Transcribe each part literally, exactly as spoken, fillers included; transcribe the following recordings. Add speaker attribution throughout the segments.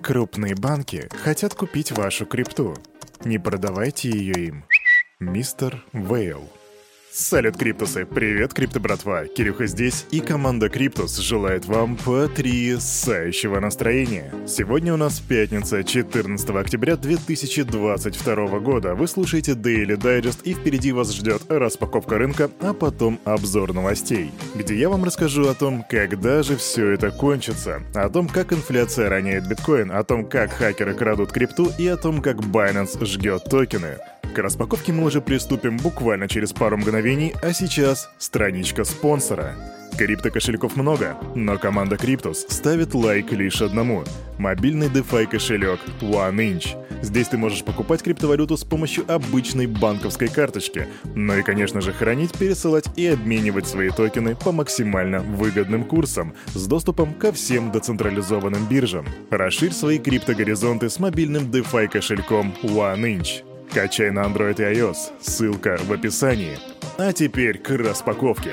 Speaker 1: Крупные банки хотят купить вашу крипту. Не продавайте ее им. Мистер Вейл. Салют, Криптусы! Привет, крипто-братва! Кирюха здесь, и команда Криптус желает вам потрясающего настроения. Сегодня у нас пятница, четырнадцатого октября две тысячи двадцать второго года. Вы слушаете Daily Digest, и впереди вас ждет распаковка рынка, а потом обзор новостей, где я вам расскажу о том, когда же все это кончится, о том, как инфляция роняет биткоин, о том, как хакеры крадут крипту и о том, как Binance жгет токены. К распаковке мы уже приступим буквально через пару мгновений, а сейчас страничка спонсора. Крипто-кошельков много, но команда Криптус ставит лайк лишь одному – мобильный DeFi кошелек OneInch. Здесь ты можешь покупать криптовалюту с помощью обычной банковской карточки, ну и, конечно же, хранить, пересылать и обменивать свои токены по максимально выгодным курсам с доступом ко всем децентрализованным биржам. Расширь свои криптогоризонты с мобильным DeFi кошельком OneInch. Качай на Android и iOS, ссылка в описании. А теперь к распаковке.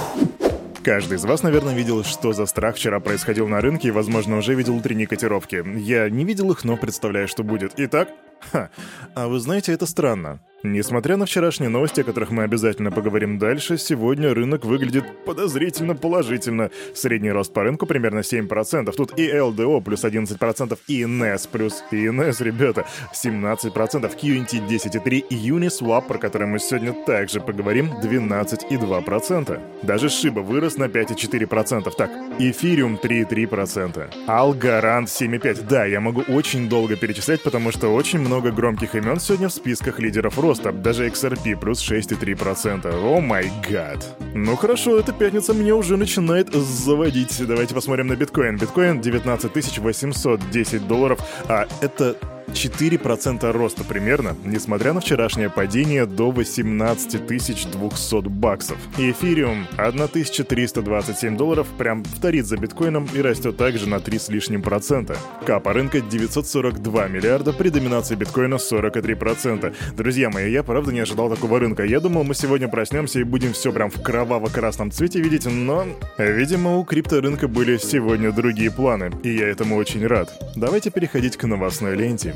Speaker 1: Каждый из вас, наверное, видел, что за страх вчера происходил на рынке, и, возможно, уже видел утренние котировки. Я не видел их, но представляю, что будет. Итак, ха, а вы знаете, это странно. Несмотря на вчерашние новости, о которых мы обязательно поговорим дальше, сегодня рынок выглядит подозрительно положительно. Средний рост по рынку примерно семь процентов. Тут и эл ди о плюс одиннадцать процентов, и эн эс плюс и эн эс, ребята, семнадцать процентов, кью эн ти десять и три, и Uniswap, про который мы сегодня также поговорим, двенадцать и два процента. Даже Shiba вырос на пять и четыре процента. Так, Ethereum три и три процента. Algorand семь и пять процента. Да, я могу очень долго перечислять, потому что очень много громких имен сегодня в списках лидеров роста. Даже икс ар пи плюс шесть и три процента. О май гад. Ну хорошо, эта пятница мне уже начинает заводить. Давайте посмотрим на биткоин. Биткоин девятнадцать тысяч восемьсот десять долларов, а это четыре процента роста примерно, несмотря на вчерашнее падение до восемнадцать тысяч двухсот баксов. Эфириум тысяча триста двадцать семь долларов, прям вторит за биткоином и растет также на три с лишним процента. Капа рынка девятьсот сорок два миллиарда, при доминации биткоина сорок три процента. Друзья мои, я правда не ожидал такого рынка. Я думал, мы сегодня проснемся и будем все прям в кроваво-красном цвете видеть, но, видимо, у крипторынка были сегодня другие планы, и я этому очень рад. Давайте переходить к новостной ленте.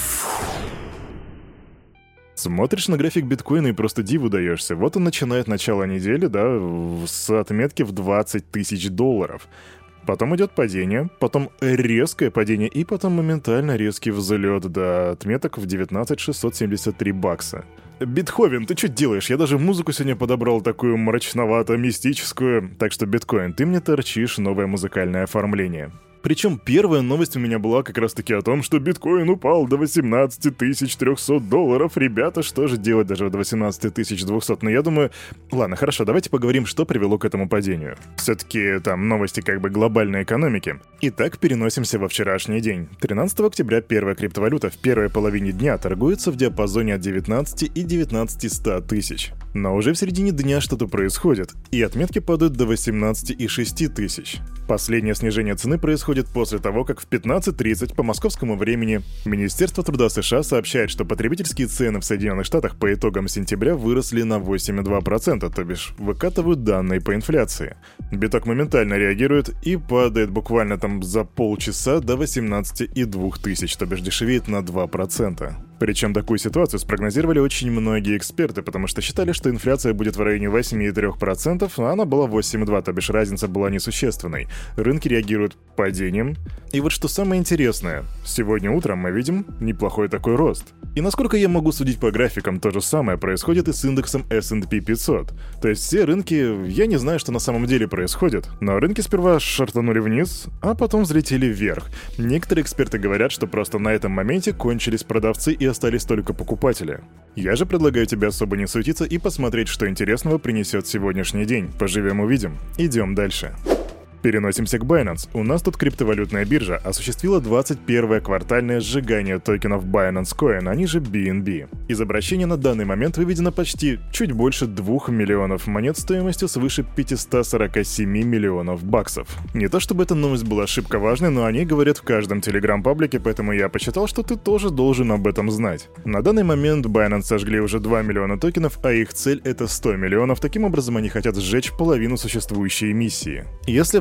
Speaker 1: Смотришь на график биткоина и просто диву даешься. Вот он начинает начало недели, да, с отметки в двадцать тысяч долларов. Потом идет падение, потом резкое падение и потом моментально резкий взлет до отметок в девятнадцать тысяч шестьсот семьдесят три бакса. Бетховен, ты что делаешь? Я даже музыку сегодня подобрал такую мрачновато-мистическую. Так что, биткоин, ты мне торчишь новое музыкальное оформление. Причем первая новость у меня была как раз-таки о том, что биткоин упал до восемнадцать тысяч триста долларов. Ребята, что же делать даже до восемнадцать тысяч двести? Но я думаю... Ладно, хорошо, давайте поговорим, что привело к этому падению. Все-таки там новости как бы глобальной экономики. Итак, переносимся во вчерашний день. тринадцатого октября первая криптовалюта в первой половине дня торгуется в диапазоне от девятнадцати и девятнадцати ста тысяч. Но уже в середине дня что-то происходит, и отметки падают до восемнадцати и шести тысяч. Последнее снижение цены происходит после того, как в пятнадцать тридцать по московскому времени Министерство труда США сообщает, что потребительские цены в Соединенных Штатах по итогам сентября выросли на восемь и два процента, то бишь выкатывают данные по инфляции. Биток моментально реагирует и падает буквально там за полчаса до восемнадцати и двух тысяч, то бишь дешевеет на два процента. Причем такую ситуацию спрогнозировали очень многие эксперты, потому что считали, что инфляция будет в районе восемь и три процента, а она была восемь и два процента, то бишь разница была несущественной. Рынки реагируют падением. И вот что самое интересное, сегодня утром мы видим неплохой такой рост. И насколько я могу судить по графикам, то же самое происходит и с индексом эс энд пи пятьсот. То есть все рынки, я не знаю, что на самом деле происходит, но рынки сперва шортанули вниз, а потом взлетели вверх. Некоторые эксперты говорят, что просто на этом моменте кончились продавцы и остались только покупатели. Я же предлагаю тебе особо не суетиться и посмотреть, что интересного принесет сегодняшний день. Поживем-увидим. Идем дальше. Переносимся к Binance. У нас тут криптовалютная биржа осуществила двадцать первое квартальное сжигание токенов Binance Coin, они же би эн би. Из обращения на данный момент выведено почти чуть больше двух миллионов монет стоимостью свыше пятьсот сорок семь миллионов баксов. Не то чтобы эта новость была шибко важной, но о ней говорят в каждом телеграм-паблике, поэтому я посчитал, что ты тоже должен об этом знать. На данный момент Binance сожгли уже два миллиона токенов, а их цель это сто миллионов. Таким образом, они хотят сжечь половину существующей эмиссии. Если в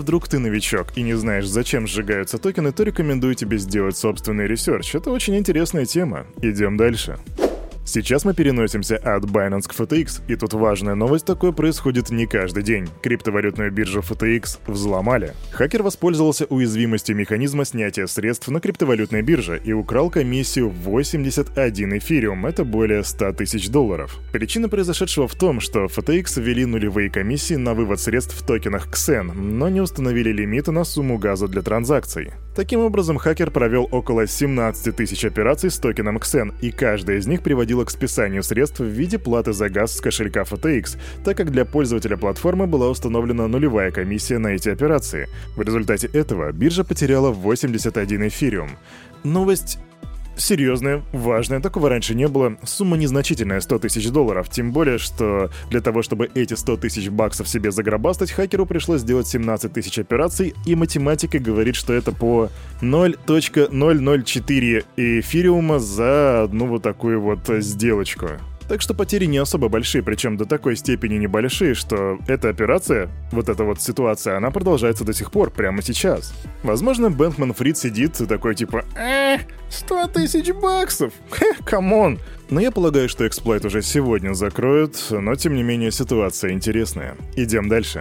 Speaker 1: вдруг ты новичок и не знаешь, зачем сжигаются токены, то рекомендую тебе сделать собственный ресерч. Это очень интересная тема. Идем дальше. Сейчас мы переносимся от Binance к эф ти экс, и тут важная новость, такое происходит не каждый день. Криптовалютную биржу эф ти экс взломали. Хакер воспользовался уязвимостью механизма снятия средств на криптовалютной бирже и украл комиссию восемьдесят один эфириум, это более ста тысяч долларов. Причина произошедшего в том, что эф ти экс ввели нулевые комиссии на вывод средств в токенах ксен, но не установили лимиты на сумму газа для транзакций. Таким образом, хакер провел около семнадцать тысяч операций с токеном ксен, и каждая из них приводила к списанию средств в виде платы за газ с кошелька эф ти экс, так как для пользователя платформы была установлена нулевая комиссия на эти операции. В результате этого биржа потеряла восемьдесят один эфириум. Новость серьезная, важная, такого раньше не было. Сумма незначительная, сто тысяч долларов, тем более, что для того, чтобы эти сто тысяч баксов себе загробастать, хакеру пришлось сделать семнадцать тысяч операций, и математика говорит, что это по ноль целых ноль ноль четыре эфириума за одну вот такую вот сделочку. Так что потери не особо большие, причем до такой степени небольшие, что эта операция, вот эта вот ситуация, она продолжается до сих пор, прямо сейчас. Возможно, Бэнкман Фрид сидит и такой типа «Эх, сто тысяч баксов! Хе, камон!» Но я полагаю, что эксплойт уже сегодня закроют, но тем не менее ситуация интересная. Идем дальше.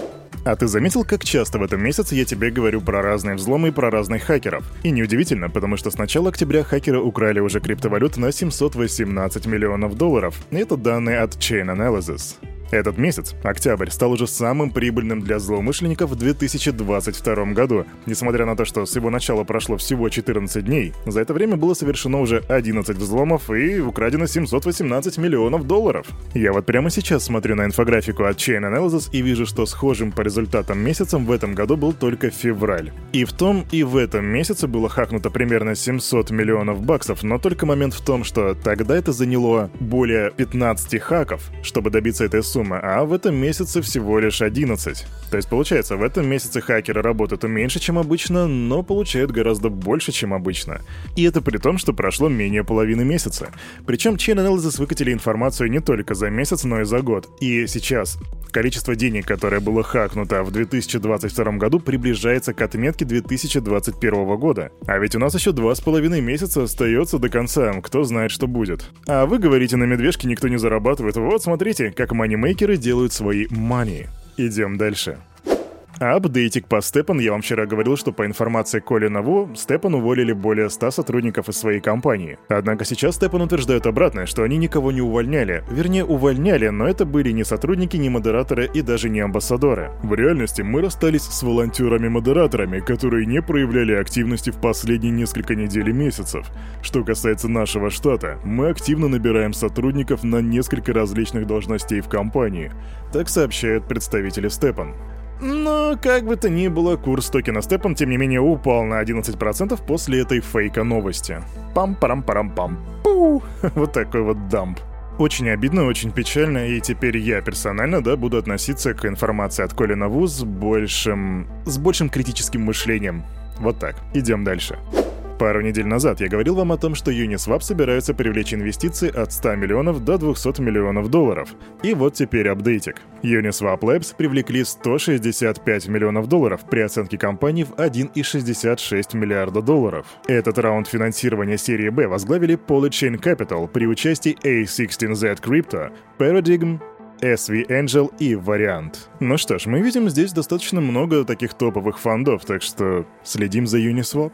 Speaker 1: А ты заметил, как часто в этом месяце я тебе говорю про разные взломы и про разных хакеров? И неудивительно, потому что с начала октября хакеры украли уже криптовалют на семьсот восемнадцать миллионов долларов. Это данные от Chain Analysis. Этот месяц, октябрь, стал уже самым прибыльным для злоумышленников в две тысячи двадцать втором году. Несмотря на то, что с его начала прошло всего четырнадцать дней, за это время было совершено уже одиннадцать взломов и украдено семьсот восемнадцать миллионов долларов. Я вот прямо сейчас смотрю на инфографику от Chain Analysis и вижу, что схожим по результатам месяцем в этом году был только февраль. И в том, и в этом месяце было хакнуто примерно семьсот миллионов баксов, но только момент в том, что тогда это заняло более пятнадцати хаков, чтобы добиться этой суммы. А в этом месяце всего лишь одиннадцать. То есть получается, в этом месяце хакеры работают меньше, чем обычно, но получают гораздо больше, чем обычно. И это при том, что прошло менее половины месяца. Причем Chain Analysis выкатили информацию не только за месяц, но и за год. И сейчас количество денег, которое было хакнуто в две тысячи двадцать втором году, приближается к отметке две тысячи двадцать первого года. А ведь у нас еще два с половиной месяца остается до конца, кто знает, что будет. А вы говорите, на медвежке никто не зарабатывает. Вот смотрите, как манимейкеры делают свои money. Идем дальше. Апдейтик по Степан. Я вам вчера говорил, что по информации Колина Ву, Степан уволили более ста сотрудников из своей компании. Однако сейчас Степан утверждает обратное, что они никого не увольняли. Вернее, увольняли, но это были не сотрудники, не модераторы и даже не амбассадоры. В реальности мы расстались с волонтерами-модераторами, которые не проявляли активности в последние несколько недель и месяцев. Что касается нашего штата, мы активно набираем сотрудников на несколько различных должностей в компании. Так сообщают представители Степан. Но, как бы то ни было, курс токена Степан, тем не менее, упал на одиннадцать процентов после этой фейка-новости. Пам-парам-парам-пам. Пу! Вот такой вот дамп. Очень обидно, очень печально, и теперь я персонально, да, буду относиться к информации от Колина Ву с большим... с большим критическим мышлением. Вот так. Идем дальше. Пару недель назад я говорил вам о том, что Uniswap собираются привлечь инвестиции от ста миллионов до двухсот миллионов долларов. И вот теперь апдейтик. Uniswap Labs привлекли сто шестьдесят пять миллионов долларов при оценке компании в один целых шестьдесят шесть сотых миллиарда долларов. Этот раунд финансирования серии B возглавили Polychain Capital при участии A шестнадцать зет Crypto, Paradigm, эс ви Angel и Вариант. Ну что ж, мы видим здесь достаточно много таких топовых фондов, так что следим за Uniswap.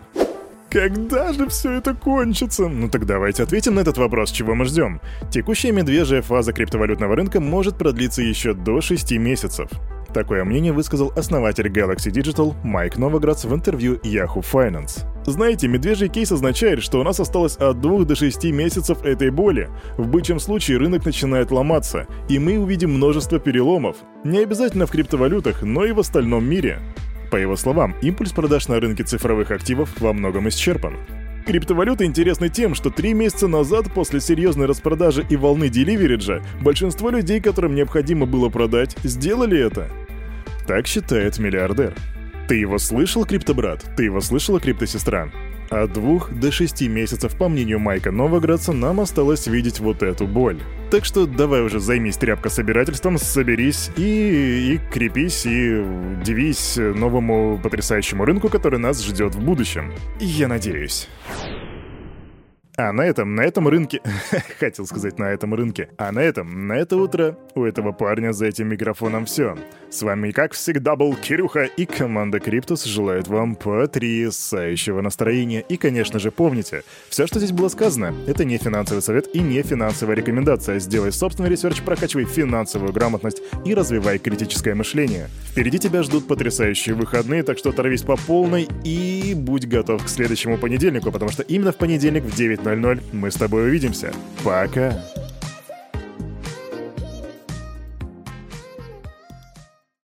Speaker 1: Когда же все это кончится? Ну так давайте ответим на этот вопрос, чего мы ждем. Текущая медвежья фаза криптовалютного рынка может продлиться еще до шести месяцев. Такое мнение высказал основатель Galaxy Digital Майк Новоградс в интервью Yahoo Finance. Знаете, медвежий кейс означает, что у нас осталось от двух до шести месяцев этой боли. В бычьем случае рынок начинает ломаться, и мы увидим множество переломов. Не обязательно в криптовалютах, но и в остальном мире. По его словам, импульс продаж на рынке цифровых активов во многом исчерпан. Криптовалюта интересны тем, что три месяца назад, после серьезной распродажи и волны деливериджа, большинство людей, которым необходимо было продать, сделали это. Так считает миллиардер. Ты его слышал, криптобрат? Ты его слышала, криптосестра? От двух до шести месяцев, по мнению Майка Новоградца, нам осталось видеть вот эту боль. Так что давай уже займись тряпкособирательством, соберись и, и крепись, и дивись новому потрясающему рынку, который нас ждет в будущем. Я надеюсь. А на этом, на этом рынке... Хотел сказать на этом рынке. А на этом, на это утро у этого парня за этим микрофоном все. С вами, как всегда, был Кирюха, и команда Криптус желает вам потрясающего настроения. И, конечно же, помните, все, что здесь было сказано, это не финансовый совет и не финансовая рекомендация. Сделай собственный ресерч, прокачивай финансовую грамотность и развивай критическое мышление. Впереди тебя ждут потрясающие выходные, так что оторвись по полной и будь готов к следующему понедельнику, потому что именно в понедельник в девять ноль ноль мы с тобой увидимся. Пока!